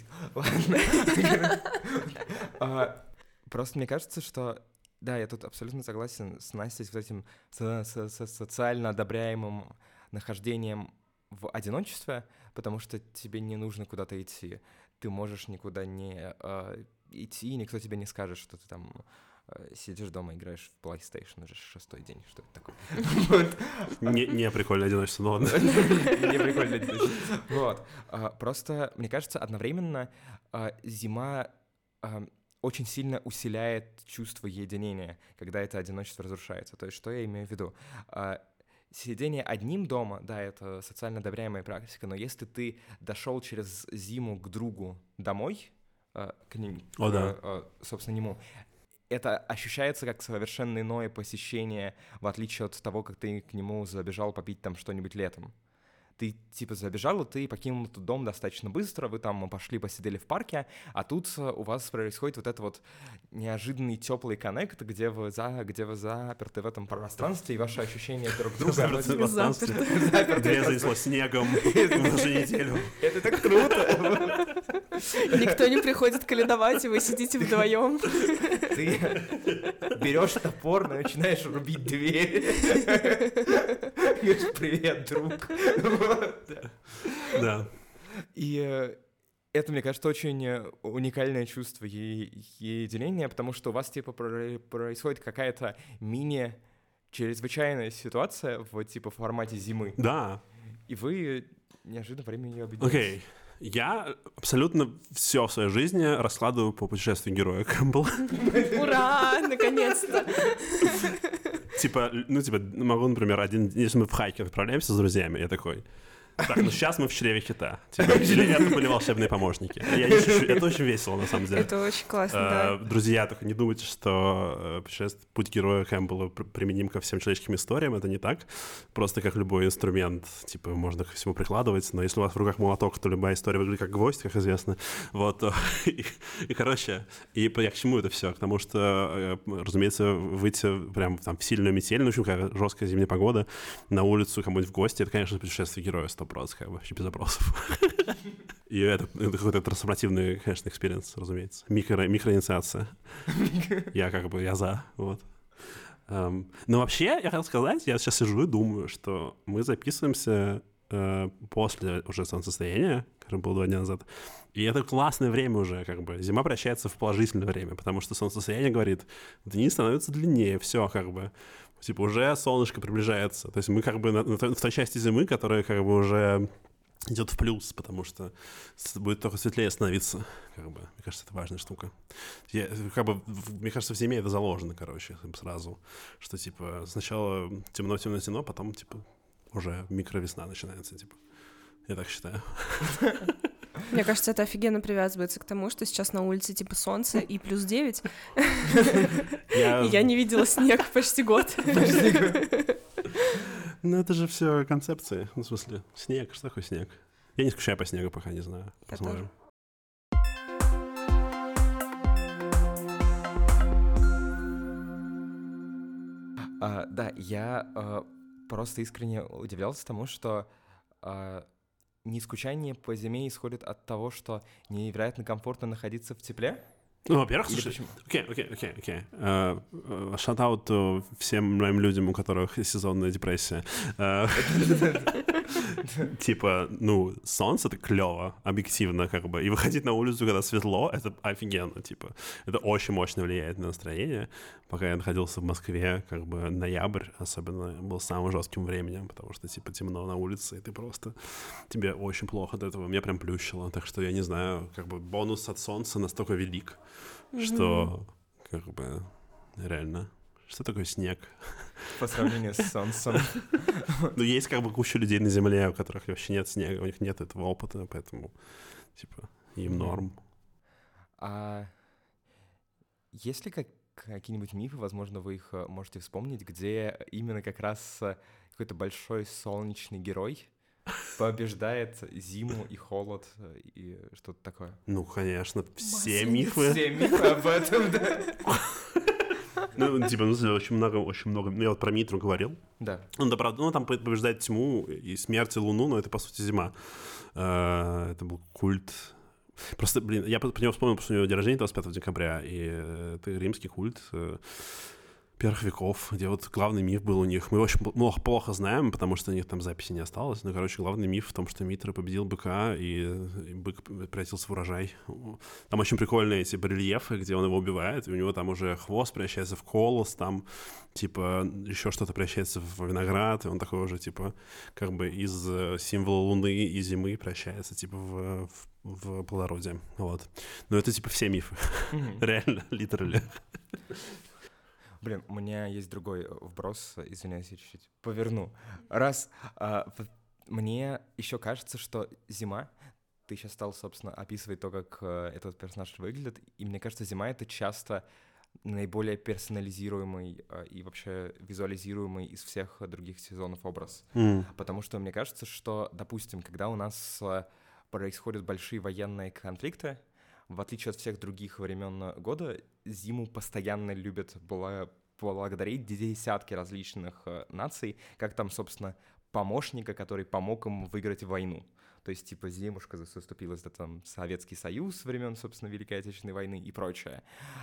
Ладно. Просто мне кажется, что... Да, я тут абсолютно согласен с Настей с этим социально одобряемым нахождением в одиночестве, потому что тебе не нужно куда-то идти. Ты можешь никуда не идти, никто тебе не скажет, что ты там сидишь дома, играешь в PlayStation уже 6-й день, что это такое. Не прикольное одиночество, но ладно. Не прикольное одиночество. Вот. Просто, мне кажется, одновременно зима очень сильно усиляет чувство единения, когда это одиночество разрушается. То есть, что я имею в виду? Сидение одним дома, да, это социально одобряемая практика, но если ты дошел через зиму к другу домой, к ним, собственно, нему, это ощущается как совершенно иное посещение, в отличие от того, как ты к нему забежал попить там что-нибудь летом. Ты, типа, забежал, и ты покинул этот дом достаточно быстро, вы там пошли, посидели в парке, а тут у вас происходит вот это вот неожиданный теплый коннект, где вы заперты в этом пространстве, и ваши ощущения друг друга... Заперты в пространстве. Дверь занесло снегом уже неделю. Это так круто! Никто не приходит каледовать, и вы сидите вдвоем. Ты берешь топор, начинаешь рубить дверь. Говоришь, привет, друг. Да. И это, мне кажется, очень уникальное чувство единения, потому что у вас, типа, происходит какая-то мини-чрезвычайная ситуация в, типа, формате зимы. Да. И вы неожиданно времени объединились. Окей. Я абсолютно все в своей жизни раскладываю по путешествию героя Кэмпбелла. Ура! Наконец-то! Типа, могу, например, если мы в хайкинг отправляемся с друзьями, я такой... Так, ну сейчас мы в чреве кита. Или это были волшебные помощники. Это очень весело, на самом деле. Это очень классно, да. Друзья, только не думайте, что путь героя Кэмпбелла применим ко всем человеческим историям. Это не так. Просто как любой инструмент, типа, можно ко всему прикладывать. Но если у вас в руках молоток, то любая история выглядит как гвоздь, как известно. Вот. И короче, я к чему это все? К тому, что, разумеется, выйти прям там в сильную метель, ну, в общем, какая жесткая зимняя погода, на улицу кому-нибудь в гости, это, конечно, путешествие героя 100%, как бы, вообще без вопросов. И это какой-то трансформативный, конечно, экспириенс, разумеется. Микроинициация. Я за, вот. Но вообще, я хотел сказать, я сейчас сижу и думаю, что мы записываемся после уже солнцестояния, которое было 2 дня назад, и это классное время уже, как бы. Зима превращается в положительное время, потому что солнцестояние говорит, дни становятся длиннее, все, как бы. Типа уже солнышко приближается. То есть мы как бы в той части зимы, которая как бы уже идет в плюс, потому что будет только светлее становиться. Как бы, мне кажется, это важная штука. Мне кажется, в зиме это заложено, короче, сразу. Что типа сначала темно-темно-темно, потом типа уже микровесна начинается, типа. Я так считаю. Мне кажется, это офигенно привязывается к тому, что сейчас на улице типа солнце и плюс 9. Я не видела снег почти год. Ну, это же все концепции. Ну, в смысле, снег. Что такое снег? Я не скучаю по снегу, пока не знаю. Посмотрим. Да, я просто искренне удивлялся тому, что нескучание по зиме исходит от того, что невероятно комфортно находиться в тепле. Ну, во-первых, слушай, окей. Шатаут всем моим людям, у которых сезонная депрессия. Типа, ну, солнце — это клево, объективно, как бы. И выходить на улицу, когда светло, это офигенно, типа. Это очень мощно влияет на настроение. Пока я находился в Москве, как бы ноябрь особенно был самым жестким временем, потому что, типа, темно на улице, и ты просто... Тебе очень плохо от этого. Меня прям плющило. Так что, я не знаю, как бы бонус от солнца настолько велик, что, как бы, реально... Что такое снег? По сравнению с солнцем. Ну, есть как бы куча людей на Земле, у которых вообще нет снега, у них нет этого опыта, поэтому, типа, им норм. А есть ли какие-нибудь мифы, возможно, вы их можете вспомнить, где именно как раз какой-то большой солнечный герой побеждает зиму и холод и что-то такое? Ну, конечно, все мифы. Все мифы об этом, да. Ну, типа, очень много. Я вот про Митру говорил. Да. Он, да, правда, там побеждает тьму и смерть и луну, но это, по сути, зима. Это был культ. Просто, я про него вспомнил, потому что у него день рождения 25 декабря, и это римский культ первых веков, где вот главный миф был у них. Мы очень плохо знаем, потому что у них там записи не осталось. Но, короче, главный миф в том, что Митра победил быка, и бык превратился в урожай. Там очень прикольные эти барельефы, где он его убивает, и у него там уже хвост превращается в колос, там, типа, еще что-то превращается в виноград, и он такой уже, типа, как бы из символа луны и зимы превращается, типа, в плодородие. Вот. Но это, типа, все мифы. Реально, литерально. Блин, у меня есть другой вброс, извиняюсь, я чуть-чуть поверну. Мне еще кажется, что зима, ты сейчас стал, собственно, описывать то, как этот персонаж выглядит, и мне кажется, зима — это часто наиболее персонализируемый и вообще визуализируемый из всех других сезонов образ. Потому что мне кажется, что, допустим, когда у нас происходят большие военные конфликты, в отличие от всех других времен года, зиму постоянно любят благодарить десятки различных наций, как там, собственно, помощника, который помог им выиграть войну. То есть, типа, зимушка заступилась за там Советский Союз времен, собственно, Великой Отечественной войны и прочее.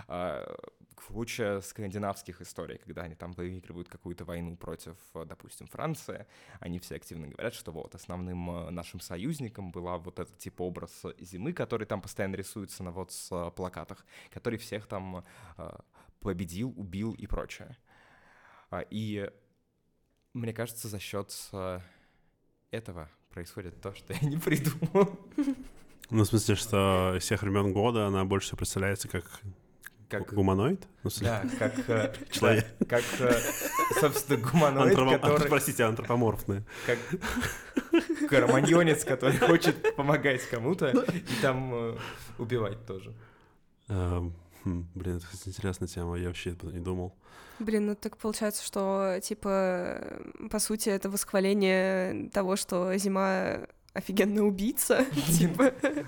Куча скандинавских историй, когда они там выигрывают какую-то войну против, допустим, Франции, они все активно говорят, что вот основным нашим союзником была вот этот типа образ зимы, который там постоянно рисуется на вот с плакатах, который всех там победил, убил и прочее. И мне кажется, за счет этого происходит то, что я не придумал. Ну, в смысле, что из всех времен года она больше всего представляется как гуманоид? Да, как человек. Как, собственно, гуманоид, который... Простите, антропоморфный. Как кроманьонец, который хочет помогать кому-то и там убивать тоже. Блин, это интересная тема, я вообще об этом не думал. Блин, ну так получается, что, типа, по сути, это восхваление того, что зима офигенная убийца, типа,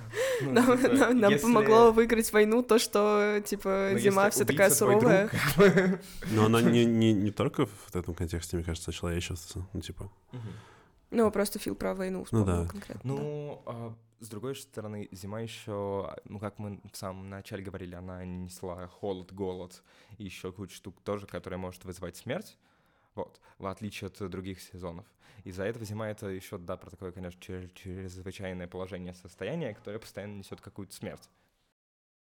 нам помогло выиграть войну то, что, типа, зима вся такая суровая. Но она не только в этом контексте, мне кажется, человечество, ну, типа... Ну, просто Фил про войну вспомнил конкретно. Ну, с другой стороны, зима еще, ну, как мы в самом начале говорили, она несла холод, голод и еще кучу штук тоже, которая может вызывать смерть, вот, в отличие от других сезонов. Из-за этого зима — это еще, да, про такое, конечно, чрезвычайное положение состояния, которое постоянно несет какую-то смерть.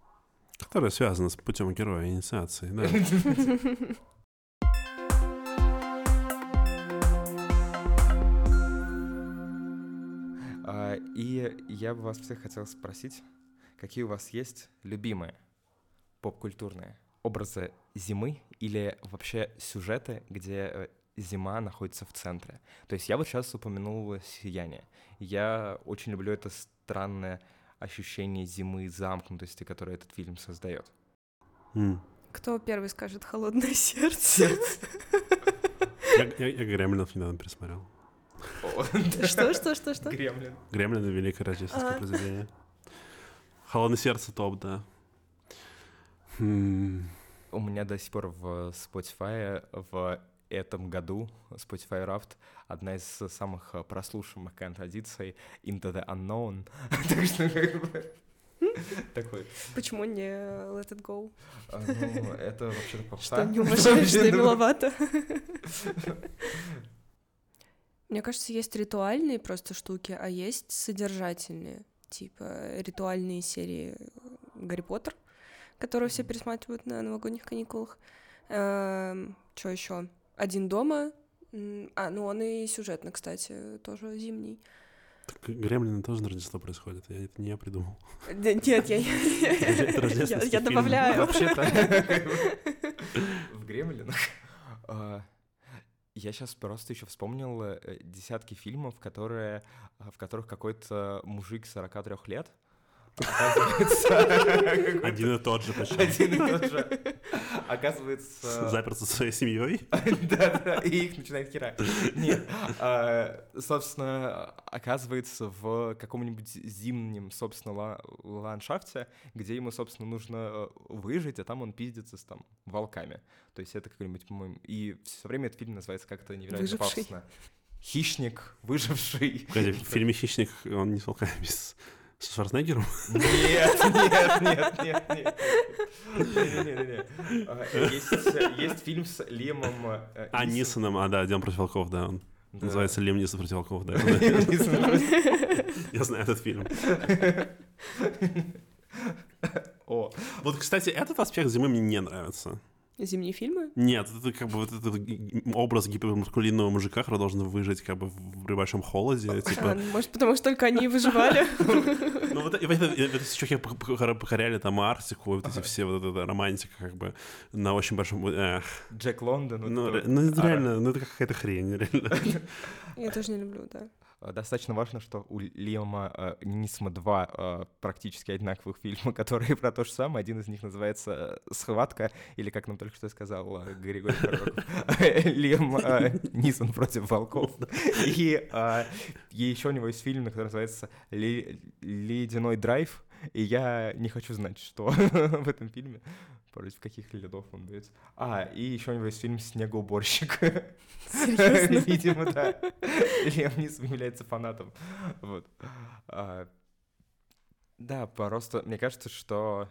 Которая связана с путем героя инициации, да. И я бы вас всех хотел спросить, какие у вас есть любимые поп-культурные образы зимы или вообще сюжеты, где зима находится в центре. То есть я вот сейчас упомянул «Сияние». Я очень люблю это странное ощущение зимы, замкнутости, которое этот фильм создает. Кто первый скажет «Холодное сердце»? Я «Гремлинов» недавно пересмотрел. Что? «Гремлины» — великое рождественское произведение. «Холодное сердце» топ, да. У меня до сих пор в Spotify в этом году Spotify Wrapped одна из самых прослушиваемых традиций Into the Unknown. Так что такой. Почему не Let It Go? Ну, это вообще-то попса. Что, не уважаешь, что миловато? Мне кажется, есть ритуальные просто штуки, а есть содержательные. Типа ритуальные серии Гарри Поттер, которые все пересматривают на новогодних каникулах. Что еще? «Один дома». Ну он и сюжетно, кстати, тоже зимний. Так «Гремлины» тоже на Рождество происходит. Это не я придумал. Нет, я добавляю. Вообще-то в «Гремлинах» я сейчас просто еще вспомнил десятки фильмов, в которых какой-то мужик 43 лет оказывается... Один и тот же почти. Один и тот же. Оказывается... Заперся со своей семьей. Да, и их начинает херать. Нет, собственно, оказывается в каком-нибудь зимнем, собственно, ландшафте, где ему, собственно, нужно выжить, а там он пиздится с там волками. То есть это какой-нибудь, по-моему... И все время этот фильм называется как-то невероятно пафосно. «Хищник, выживший». В фильме «Хищник» он не с волками, с Шварценеггером? Нет. Есть фильм с Лиамом Нисоном, да, «Идем против волков», да, он называется «Лиам Нисон против волков», да. Я знаю этот фильм. Вот, кстати, этот аспект зимы мне не нравится. Зимние фильмы? Нет, это как бы вот этот образ гипермаскулинного мужика, который должен выжить как бы при большом холоде. Типа... Может, потому что только они и выживали? Ну вот это чуваки покоряли там Арктику, вот эти все, вот эта романтика как бы на очень большом... Джек Лондон. Ну реально, ну это какая-то хрень, реально. Я тоже не люблю, да. Достаточно важно, что у Лиама Нисона два практически одинаковых фильма, которые про то же самое. Один из них называется «Схватка», или, как нам только что сказал Григорий Пророков, Лиам Нисон против волков. И еще у него есть фильм, который называется «Ледяной драйв», и я не хочу знать, что в этом фильме. Против каких ледов он бьется. И еще у него есть фильм «Снегоуборщик». Серьезно? Видимо, да. Лиам Нисон является фанатом. Вот. Да, просто мне кажется, что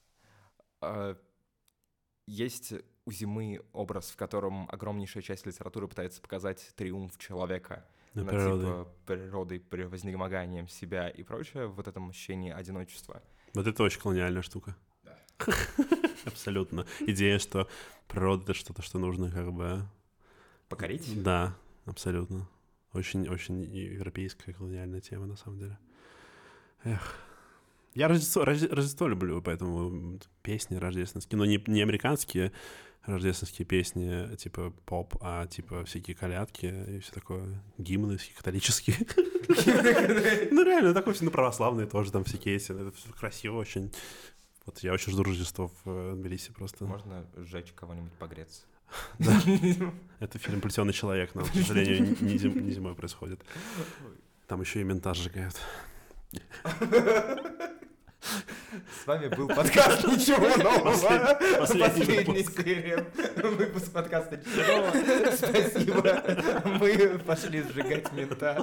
есть у зимы образ, в котором огромнейшая часть литературы пытается показать триумф человека над типа природой, превознемоганием себя и прочее, вот этом ощущении одиночества. Вот это очень колониальная штука. Абсолютно. Идея, что природа — это что-то, что нужно как бы... Покорить? Да, абсолютно. Очень европейская колониальная тема, на самом деле. Эх. Я Рождество люблю, поэтому песни рождественские, но не американские рождественские песни, типа поп, а типа всякие колядки и все такое, гимны всякие католические. Ну реально, такое все, православные тоже там всякие эти, это все красиво очень. Вот я очень жду Рождество в Тбилиси просто. Можно сжечь кого-нибудь погреться. Да. Это фильм «Плетёный человек», но, к сожалению, не зимой происходит. Там еще и мента сжигают. С вами был подкаст «Ничего нового». Последний выпуск подкаста «Ничего нового». Спасибо. Мы пошли сжигать мента.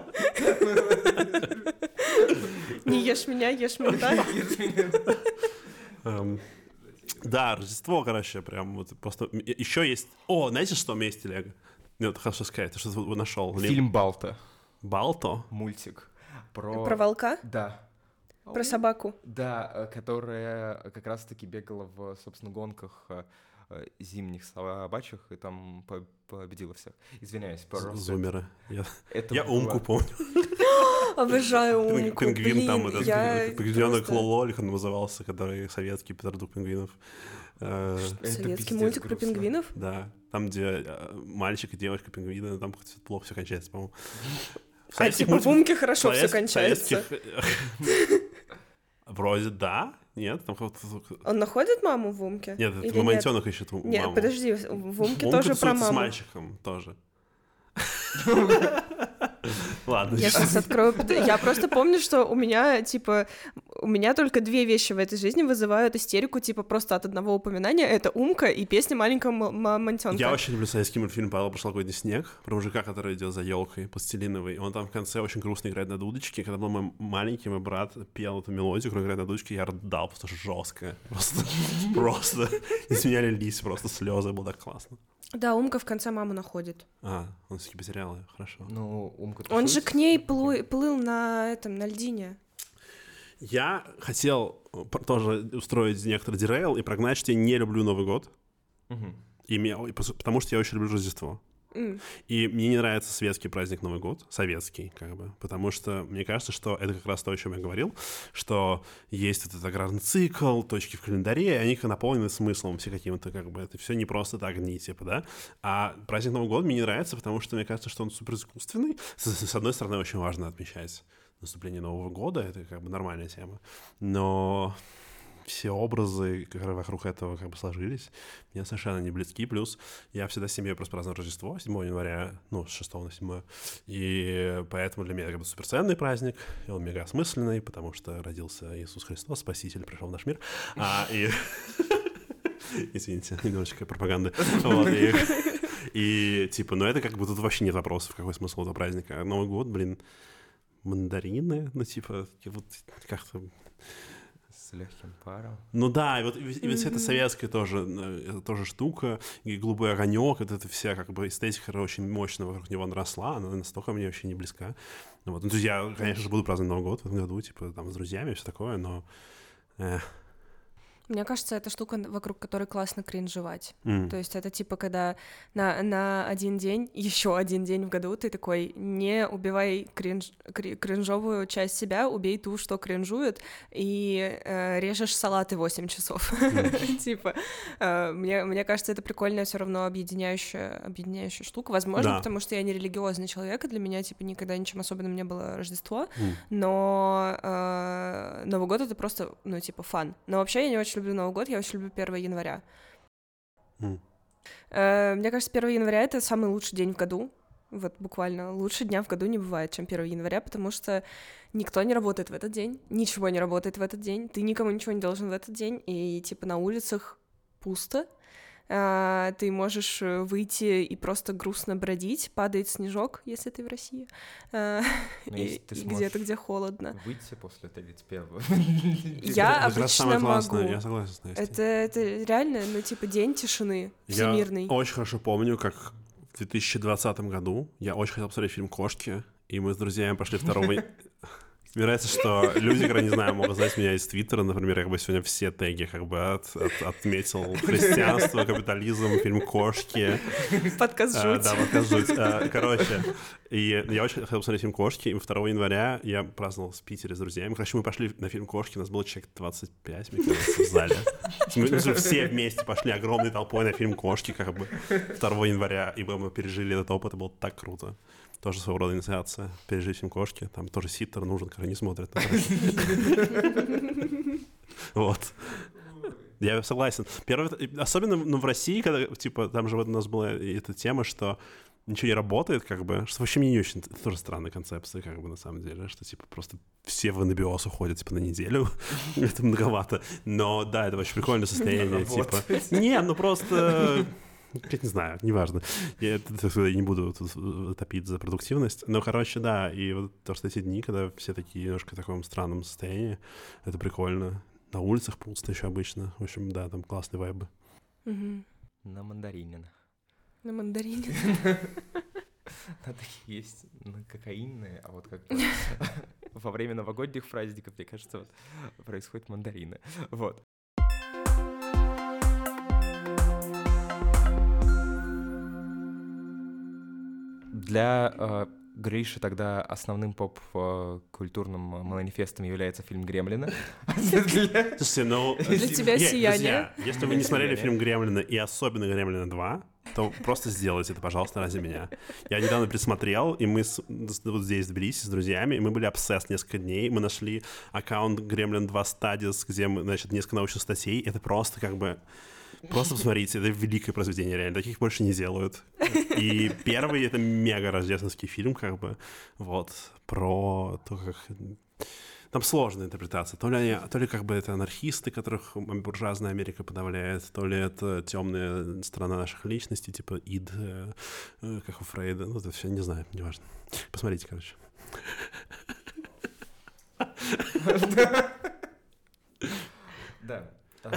Не ешь меня, ешь мента. Да, Рождество, короче, прям вот просто... Еще есть... Знаете, что у меня есть телега? Нет, хорошо сказать, ты что-то нашел. Фильм «Балто». «Балто»? Мультик. Про волка? Да. Про собаку? Да, которая как раз-таки бегала в, собственно, гонках зимних собачьих и там победила всех. Извиняюсь, просто. Зумеры. Я было... Умку помню. Обожаю умку. Пингвин там, я пингвинёнок Лоло, как он назывался, который советский Петербург пингвинов. Советский мультик про пингвинов? Да, там, где мальчик и девочка пингвины, там плохо все кончается, по-моему. Типа в умке хорошо все кончается. Вроде да, нет. Там... Он находит маму в умке? Нет, это мамонтёнок ищет маму. Нет, подожди, в умке тоже про маму. С мальчиком тоже. Ладно. Я сейчас открою. Я просто помню, что у меня только две вещи в этой жизни вызывают истерику, типа просто от одного упоминания. Это умка и песня маленького мамонтёнка. Я очень люблю советский мультфильм «Павел прошлогодний снег» про мужика, который идет за елкой пластилиновой. Он там в конце очень грустно играет на дудочке. Когда был мой маленький, мой брат пел эту мелодию, который играет на дудочке, я рыдал просто жестко. Просто. Из меня лились просто слезы, было так классно. Да, умка в конце маму находит. Он все-таки потерял ее, хорошо. Ну, умка... Он же к ней плыл на льдине. Я хотел тоже устроить некоторый дerail и прогнать, что я не люблю Новый год. Потому что я очень люблю Рождество. И мне не нравится светский праздник Новый год, советский, как бы, потому что мне кажется, что это как раз то, о чем я говорил, что есть этот аграрный цикл, точки в календаре, и они наполнены смыслом, все каким-то, как бы, это все не просто так дни, типа, да, а праздник Нового года мне не нравится, потому что мне кажется, что он супер искусственный, с одной стороны, очень важно отмечать наступление Нового года, это как бы нормальная тема, но... все образы, которые вокруг этого как бы сложились, мне совершенно не близки. Плюс я всегда с семьей просто праздную Рождество 7 января, с 6 на 7. И поэтому для меня это как бы суперценный праздник, и он мега осмысленный, потому что родился Иисус Христос, Спаситель, пришел в наш мир. Извините, немножечко пропаганды. И типа, это как бы тут вообще нет вопросов, какой смысл этого праздника. Новый год, мандарины, вот как-то... С легким паром. Ну да, и вот вся эта советская тоже штука, и голубой огонек, это вся как бы эстетика очень мощно вокруг него наросла, она настолько мне вообще не близка. Вот. Ну, то есть я, конечно же, буду праздновать Новый год в этом году, типа там с друзьями и все такое, но... Мне кажется, это штука, вокруг которой классно кринжевать. То есть это типа, когда на один день, еще один день в году ты такой, не убивай кринжовую часть себя, убей ту, что кринжует, и режешь салаты 8 часов. Типа, мне кажется, это прикольная все равно объединяющая штука. Возможно, потому что я не религиозный человек, и для меня типа никогда ничем особенным не было Рождество, но Новый год — это просто, фан. Но вообще я не очень люблю Новый год, я очень люблю 1 января. Мне кажется, 1 января — это самый лучший день в году. Вот буквально лучше дня в году не бывает, чем 1 января, потому что никто не работает в этот день, ничего не работает в этот день, ты никому ничего не должен в этот день, и типа на улицах пусто. Ты можешь выйти и просто грустно бродить, падает снежок, если ты в России, и где-то, где холодно. Выйти после 31-го. Я обычно могу. Я согласен с Настей. Это реально, день тишины всемирный. Я очень хорошо помню, как в 2020 году я очень хотел посмотреть фильм «Кошки», и мы с друзьями пошли 2 Мне нравится, что люди, которые, не знаю, могут знать меня из Твиттера, например, я как бы сегодня все теги как бы отметил: христианство, капитализм, фильм «Кошки». Подкаст «Жуть». Да, подкаст «Жуть». Короче, и я очень хотел посмотреть фильм «Кошки», и 2 января я праздновал в Питере с друзьями. Короче, мы пошли на фильм «Кошки», у нас было человек 25, мне кажется, в зале. Мы все вместе пошли огромной толпой на фильм «Кошки», как бы 2 января, и мы пережили этот опыт, это было так круто. Тоже своего рода инициация. Пережить фильм «Кошки». Там тоже ситтер нужен, который не смотрит. Вот. Я согласен. Особенно в России, когда, типа, там же вот у нас была эта тема, что ничего не работает, как бы, что вообще мне не очень... Это тоже странная концепция, как бы, на самом деле, что, типа, просто все в анабиоз уходят, типа, на неделю. Это многовато. Но, да, это очень прикольное состояние, типа... Не, просто... Я не знаю, неважно. Я не буду топить за продуктивность. Но, короче, да, и вот то, что эти дни, когда все такие немножко в таком странном состоянии, это прикольно. На улицах пусто еще обычно. В общем, да, там классные вайбы. На мандарине. На мандарине. Такие есть кокаинные, а вот как во время новогодних праздников, мне кажется, вот происходят мандарины. Вот. Для Гриша, тогда основным поп-культурным манифестом является фильм «Гремлины». Слушайте, для тебя «Сияние». Друзья, если вы не смотрели фильм «Гремлины» и особенно «Гремлины 2», то просто сделайте это, пожалуйста, ради меня. Я недавно присмотрел, и мы вот здесь с Тбилиси с друзьями, и мы были обсесс несколько дней. Мы нашли аккаунт Gremlin 2 Studies, где, значит, несколько научных статей. Это просто как бы... Просто посмотрите, это великое произведение, реально. Таких больше не делают. И первый — это мега рождественский фильм, как бы, вот, про то, как... Там сложная интерпретация. То ли как бы это анархисты, которых буржуазная Америка подавляет, то ли это темная сторона наших личностей, типа ид, как у Фрейда. Ну, это все, не знаю, неважно. Посмотрите, короче. Да.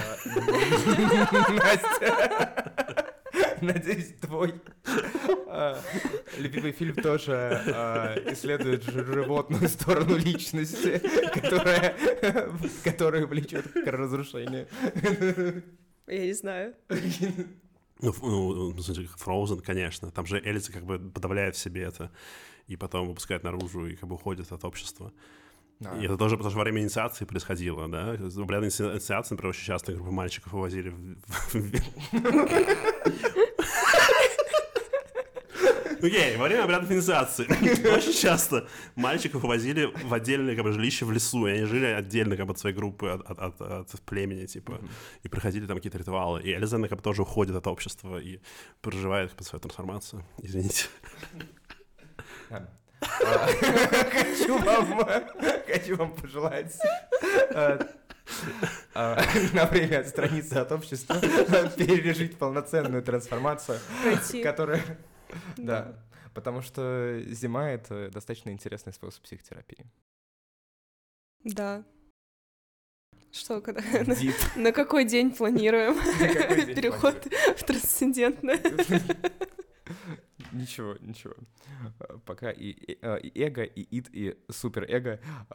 Настя, надеюсь, твой любимый фильм тоже исследует животную сторону личности, которая влечет к разрушению. Я не знаю. Ну, Frozen, конечно. Там же Эльза как бы подавляет в себе это, и потом выпускает наружу, и как бы уходит от общества. И это тоже потому что во время инициации происходило, да? Обряд инициации, например, очень часто группы мальчиков увозили Окей, во время обрядов инициации очень часто мальчиков увозили в отдельное как бы жилище в лесу, и они жили отдельно как бы от своей группы, от племени, типа, и проходили там какие-то ритуалы. И Эльза как бы тоже уходит от общества и проживает как бы свою трансформацию. Извините. Хочу вам пожелать на время отстраниться от общества, пережить полноценную трансформацию, которая... Да, потому что зима — это достаточно интересный способ психотерапии. Да. Что, на какой день планируем переход в трансцендентное? Ничего. Пока и эго, и ид, и суперэго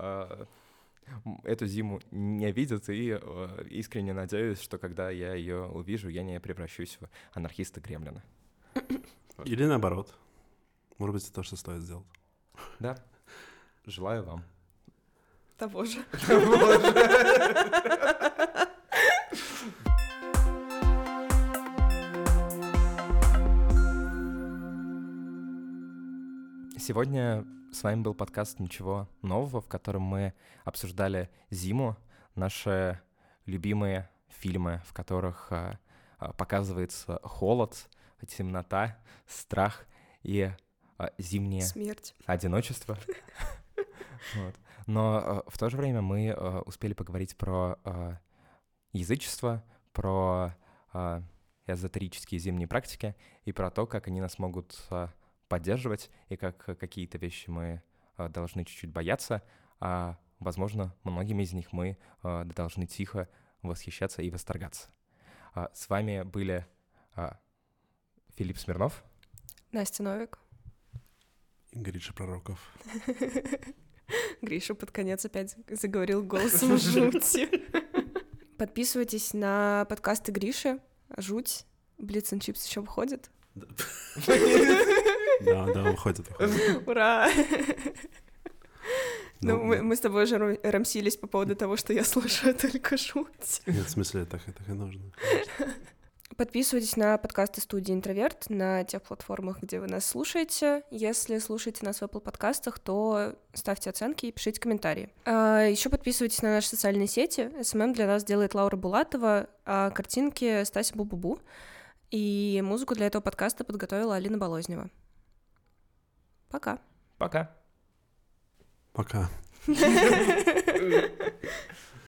эту зиму не видят, и искренне надеюсь, что когда я ее увижу, я не превращусь в анархиста-гремлина. Или наоборот. Может быть, это то, что стоит сделать. Да. Желаю вам. Того же. Сегодня с вами был подкаст «Ничего нового», в котором мы обсуждали зиму, наши любимые фильмы, в которых показывается холод, темнота, страх и зимнее смерть, одиночество. Но в то же время мы успели поговорить про язычество, про эзотерические зимние практики и про то, как они нас могут поддерживать, и как какие-то вещи мы должны чуть-чуть бояться, а, возможно, многими из них мы должны тихо восхищаться и восторгаться. С вами были Филипп Смирнов, Настя Новик, Гриша Пророков. Гриша под конец опять заговорил голосом жути. Подписывайтесь на подкасты Гриши, жуть, Блиц энд Чипс еще выходит. Да, выходит. Ура! Ну, мы с тобой уже рамсились по поводу того, что я слушаю только жуть. Нет, в смысле, так и нужно. Подписывайтесь на подкасты студии «Интроверт» на тех платформах, где вы нас слушаете. Если слушаете нас в Apple подкастах, то ставьте оценки и пишите комментарии. Еще подписывайтесь на наши социальные сети. СММ для нас делает Лаура Булатова, а картинки Стася Бу-Бу-Бу. И музыку для этого подкаста подготовила Алина Болознева. Пока. Пока. Пока.